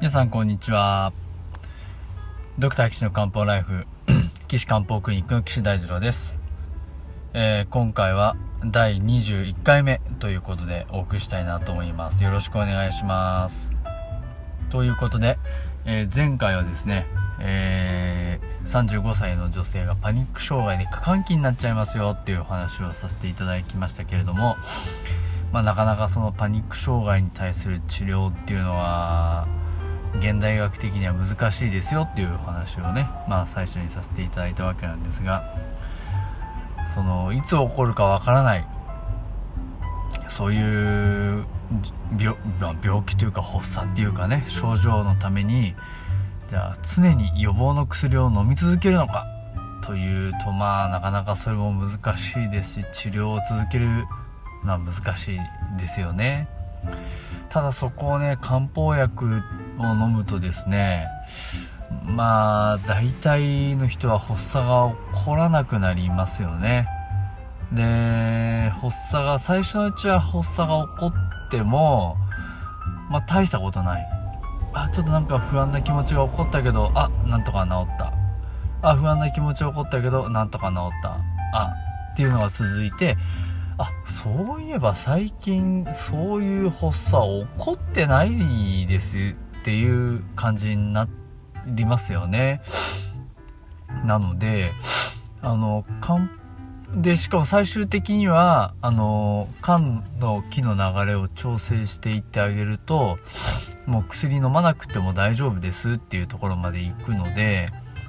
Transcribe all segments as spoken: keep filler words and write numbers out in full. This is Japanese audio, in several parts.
皆さんこんにちは。ドクター岸の漢方ライフ岸漢方クリニックの岸大二郎です。えー、今回はだいにじゅういっかいめということでお送りしたいなと思います。よろしくお願いします。ということで、えー、前回はですね、えー、さんじゅうごさいの女性がパニック障害で過換気になっちゃいますよっていうお話をさせていただきましたけれども、まあ、なかなかそのパニック障害に対する治療っていうのは現代学的には難しいですよっていう話をね、まあ最初にさせていただいたわけなんですが、そのいつ起こるかわからないそういう病、病気というか発作っていうかね、症状のためにじゃあ常に予防の薬を飲み続けるのかというと、まあなかなかそれも難しいですし、治療を続けるのは難しいですよね。ただそこをね、漢方薬を飲むとですね、まあ大体の人は発作が起こらなくなりますよね。で、発作が最初のうちは発作が起こってもまあ大したことない。あ、ちょっとなんか不安な気持ちが起こったけど、あ、なんとか治った。あ、不安な気持ちが起こったけどなんとか治った。あっていうのが続いて、あ、そういえば最近そういう発作起こってないですっていう感じになりますよね。なのであの肝で、しかも最終的にはあの肝の気の流れを調整していってあげると、もう薬飲まなくても大丈夫ですっていうところまで行くので、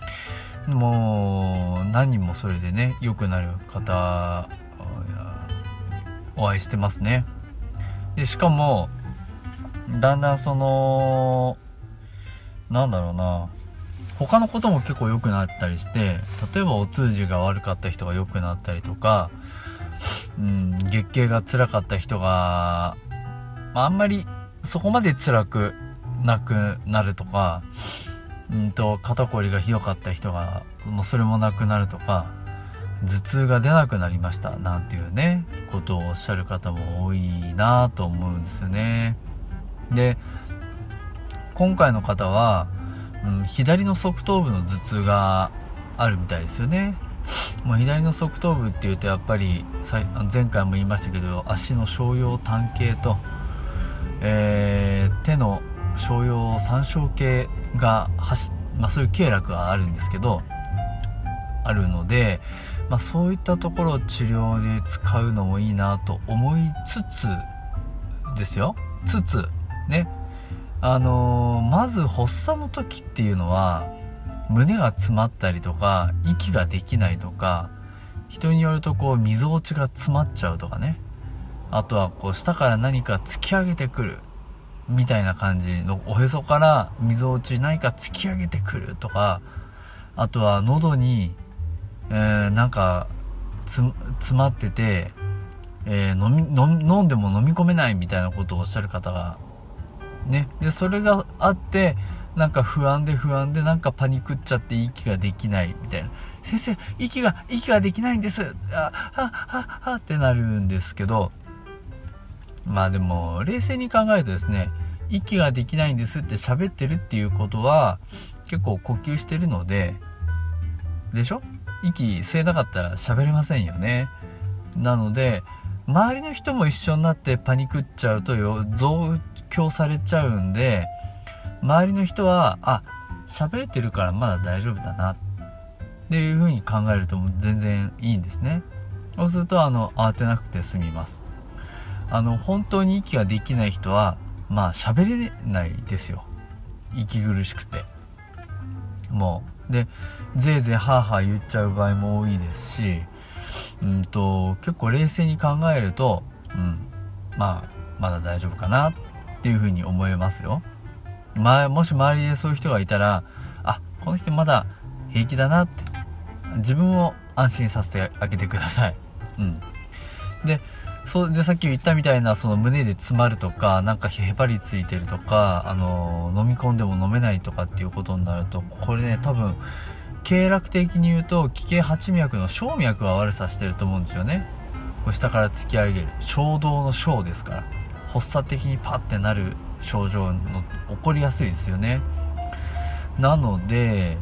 もう何人もそれでね良くなる方お会いしてますね。でしかもだんだんそのなんだろうな、他のことも結構良くなったりして、例えばお通じが悪かった人が良くなったりとか、うん、月経が辛かった人があんまりそこまで辛くなくなるとか、うんと肩こりがひどかった人がもうそれもなくなるとか、頭痛が出なくなりましたなんていうねことをおっしゃる方も多いなと思うんですよね。で、今回の方は、うん、左の側頭部の頭痛があるみたいですよね。もう左の側頭部っていうとやっぱり前回も言いましたけど、足の小腰短径と、えー、手の小腰三小径が走、まあ、そういう経絡があるんですけどあるので、まあ、そういったところを治療で使うのもいいなと思いつつですよつつね、あのー、まず発作の時っていうのは胸が詰まったりとか息ができないとか、人によるとこう溝落ちが詰まっちゃうとかね、あとはこう下から何か突き上げてくるみたいな感じの、おへそから溝落ち何か突き上げてくるとか、あとは喉にえー、なんかつ詰まってて、えー、飲み飲飲んでも飲み込めないみたいなことをおっしゃる方がね、でそれがあってなんか不安で不安でなんかパニクっちゃって息ができないみたいな、先生息が息ができないんです、あはははってなるんですけど、まあでも冷静に考えるとですね、息ができないんですって喋ってるっていうことは結構呼吸してるのででしょ、息吸えなかったら喋れませんよね。なので周りの人も一緒になってパニクっちゃうと増強されちゃうんで、周りの人はあ喋れてるからまだ大丈夫だなっていう風に考えるともう全然いいんですね。そうするとあの慌てなくて済みます。あの本当に息ができない人はまあ喋れないですよ、息苦しくて。もうでぜいぜいハーハー言っちゃう場合も多いですし、うんと結構冷静に考えると、うん、まあまだ大丈夫かなっていうふうに思いますよ。まあ、もし周りでそういう人がいたら、あ、この人まだ平気だなって自分を安心させてあげてください。うん。で、そうでさっき言ったみたいなその胸で詰まるとか、なんかへばりついてるとか、あの飲み込んでも飲めないとかっていうことになると、これね多分経絡的に言うと気系八脈の小脈が悪さしてると思うんですよね。こう下から突き上げる衝動の衝ですから、発作的にパッてなる症状の起こりやすいですよね。なので、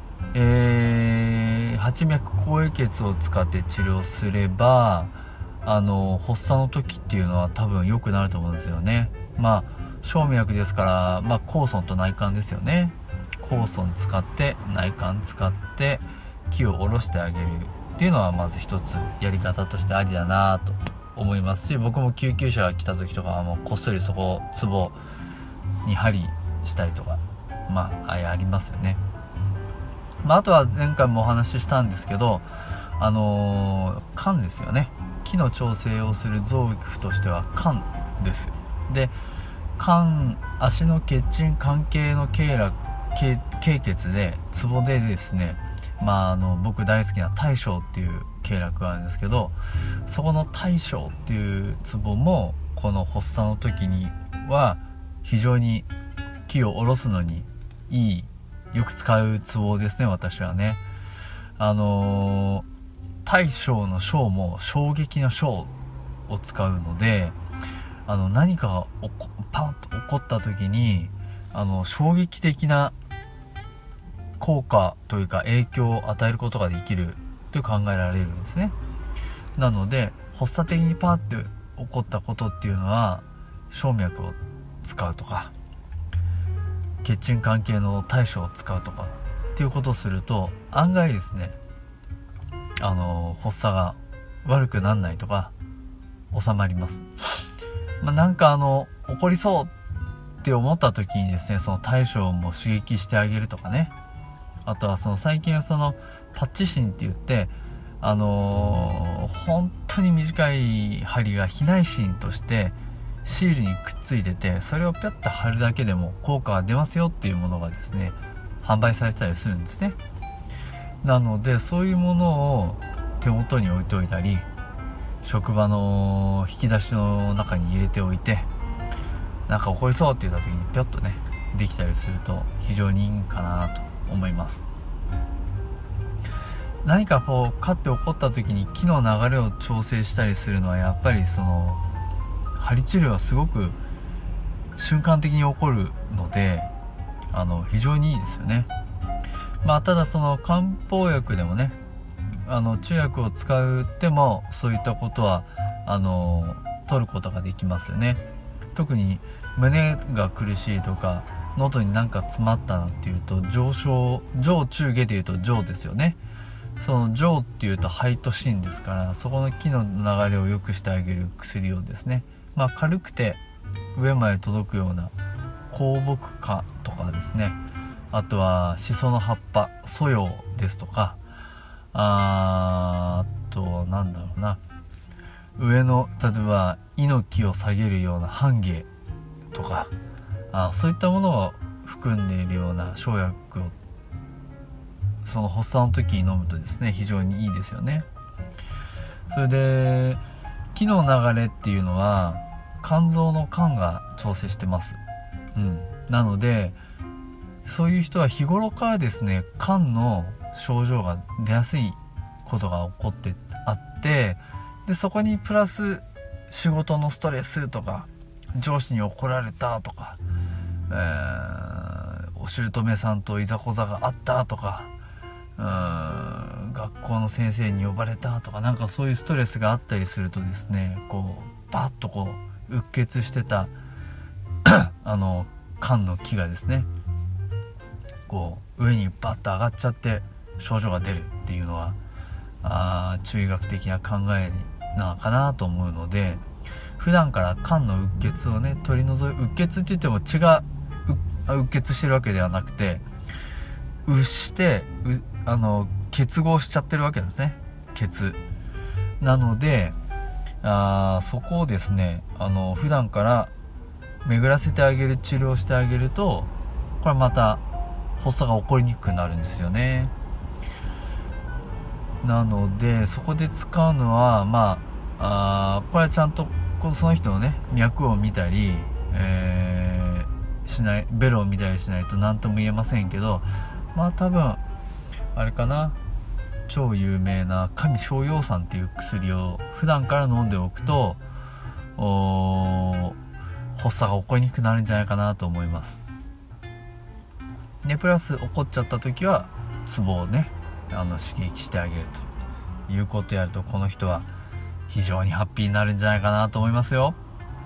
えー、八脈紅液血を使って治療すれば、あの発作の時っていうのは多分良くなると思うんですよね。まあ小脈ですから、まあ高尊と内管ですよね。高尊使って内管使って気を下ろしてあげるっていうのはまず一つやり方としてありだなと思いますし、僕も救急車が来た時とかはもうこっそりそこツボに針したりとか、まあありますよね。まあ、あとは前回もお話ししたんですけど、あのー、肝ですよね。気の調整をする臓器としては肝です。で、肝、足の血沈関係の経絡、経経血でツボでですね、まあ、あの僕大好きな大将っていう経絡があるんですけど、そこの大将っていうツボもこの発作の時には非常に気を下ろすのにいい、よく使うツボですね、私はね。あのー、大将の将も衝撃の将を使うので、あの何かがおこパンと起こった時にあの衝撃的な効果というか影響を与えることができると考えられるんですね。なので発作的にパーって起こったことっていうのは小脈を使うとか血沈関係の対処を使うとかっていうことをすると案外ですね、あの発作が悪くならないとか収まります。まあ、なんかあの起こりそうって思った時にですね、その対処も刺激してあげるとかね。あとはその最近はそのタッチ芯って言ってあのー、本当に短い針が避内芯としてシールにくっついてて、それをピャッと貼るだけでも効果が出ますよっていうものがですね販売されてたりするんですね。なのでそういうものを手元に置いておいたり職場の引き出しの中に入れておいて、なんか起こりそうって言った時にピョッとねできたりすると非常にいいかなと思います。何かこうカッて起こった時に気の流れを調整したりするのはやっぱりその針治療はすごく瞬間的に起こるのであの非常にいいですよね。まあただその漢方薬でもねあの中薬を使ってもそういったことはあの取ることができますよね。特に胸が苦しいとか喉になんか詰まったなんていうと上昇上中下でいうと上ですよね。その上っていうと肺と心ですから、そこの気の流れを良くしてあげる薬をですね、まあ軽くて上まで届くような香木花とかですね、あとはシソの葉っぱソヨですとか、あーあとなんだろうな、上の例えば猪木を下げるような半芸とか、あそういったものを含んでいるような生薬をその発作の時に飲むとですね非常にいいですよね。それで気の流れっていうのは肝臓の肝が調整してます、うん、なのでそういう人は日頃からですね肝の症状が出やすいことが起こってあって、でそこにプラス仕事のストレスとか上司に怒られたとか、えー、お姑さんといざこざがあったとか、うーん学校の先生に呼ばれたとか、なんかそういうストレスがあったりするとですね、こうバッとこううっ血してたあの肝の気がですねこう上にバッと上がっちゃって症状が出るっていうのはあ中医学的な考えなのかなと思うので、普段から肝のうっ血をね取り除いうっ血って言っても血が う, うっ血してるわけではなくてうっしてうあの結合しちゃってるわけですね、血なのであそこをですねあの普段から巡らせてあげる治療をしてあげるとこれまた発作が起こりにくくなるんですよね。なのでそこで使うのはまあ、あこれはちゃんとその人のね脈を見たり、えー、しないベロを見たりしないと何とも言えませんけど、まあ多分あれかな、超有名な神逍遙散っていう薬を普段から飲んでおくとお発作が起こりにくくなるんじゃないかなと思います。でプラス起こっちゃった時はツボをねあの刺激してあげるということをやると、この人は非常にハッピーになるんじゃないかなと思いますよ。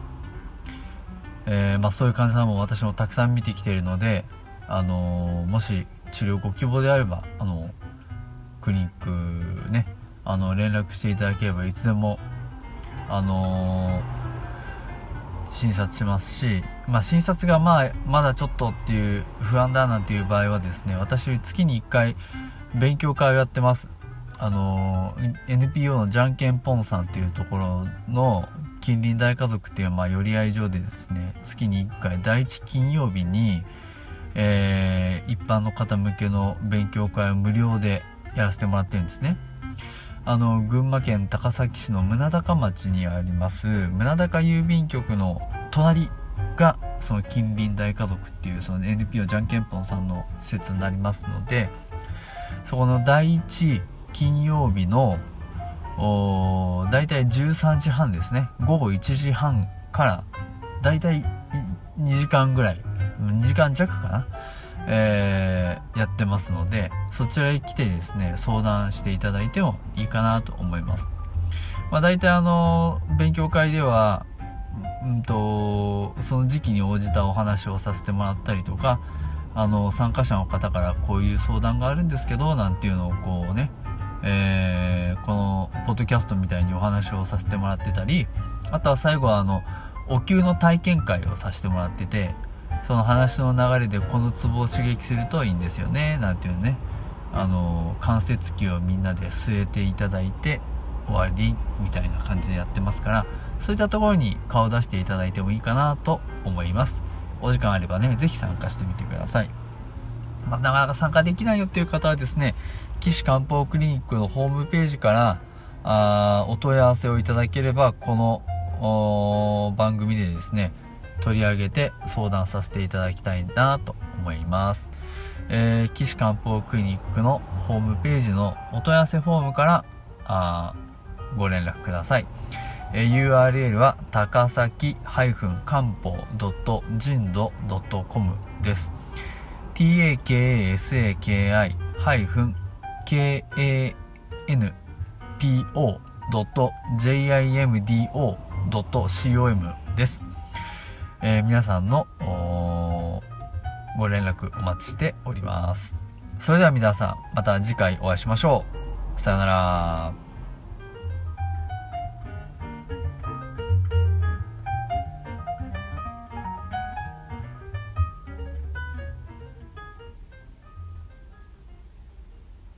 えーまあ、そういう患者さんも私もたくさん見てきているので、あのー、もし治療ご希望であればあのクリニックねあの連絡していただければいつでもあのー診察しますし、まあ、診察がまあまだちょっとっていう不安だなんていう場合はですね、私月にいっかい勉強会をやってます。あの エヌピーオー のじゃんけんぽんさんっていうところの近隣大家族っていうまあ寄り合い所でですね、月にいっかいだいいち金曜日に、えー、一般の方向けの勉強会を無料でやらせてもらってるんですね。あの群馬県高崎市の宗高町にあります宗高郵便局の隣がその近隣大家族っていうその エヌピーオー じゃんけんぽんさんの施設になりますので、そこのだいいち金曜日のだいたいじゅうさんじはんですね、ごごいちじはんからだいたいにじかんぐらいにじかんじゃくかな、えー、やってますので、そちらへ来てですね相談していただいてもいいかなと思います。まあ、大体あの勉強会では、うんとその時期に応じたお話をさせてもらったりとか、あの参加者の方からこういう相談があるんですけどなんていうのをこうね、えー、このポッドキャストみたいにお話をさせてもらってたり、あとは最後はあのお灸の体験会をさせてもらってて、その話の流れでこのツボを刺激するといいんですよねなんていうね、あの関節器をみんなで据えていただいて終わりみたいな感じでやってますから、そういったところに顔を出していただいてもいいかなと思います。お時間あればねぜひ参加してみてください。まあ、なかなか参加できないよっていう方はですね、岸漢方クリニックのホームページからあお問い合わせをいただければ、この番組でですね取り上げて相談させていただきたいなと思います。えー、岸漢方クリニックのホームページのお問い合わせフォームからあご連絡ください。えー、ユーアールエル は高崎漢方人道 .com です。タカサキ kanpo.jimdo.com です。えー、皆さんのご連絡お待ちしております。それでは皆さんまた次回お会いしましょう。さよなら。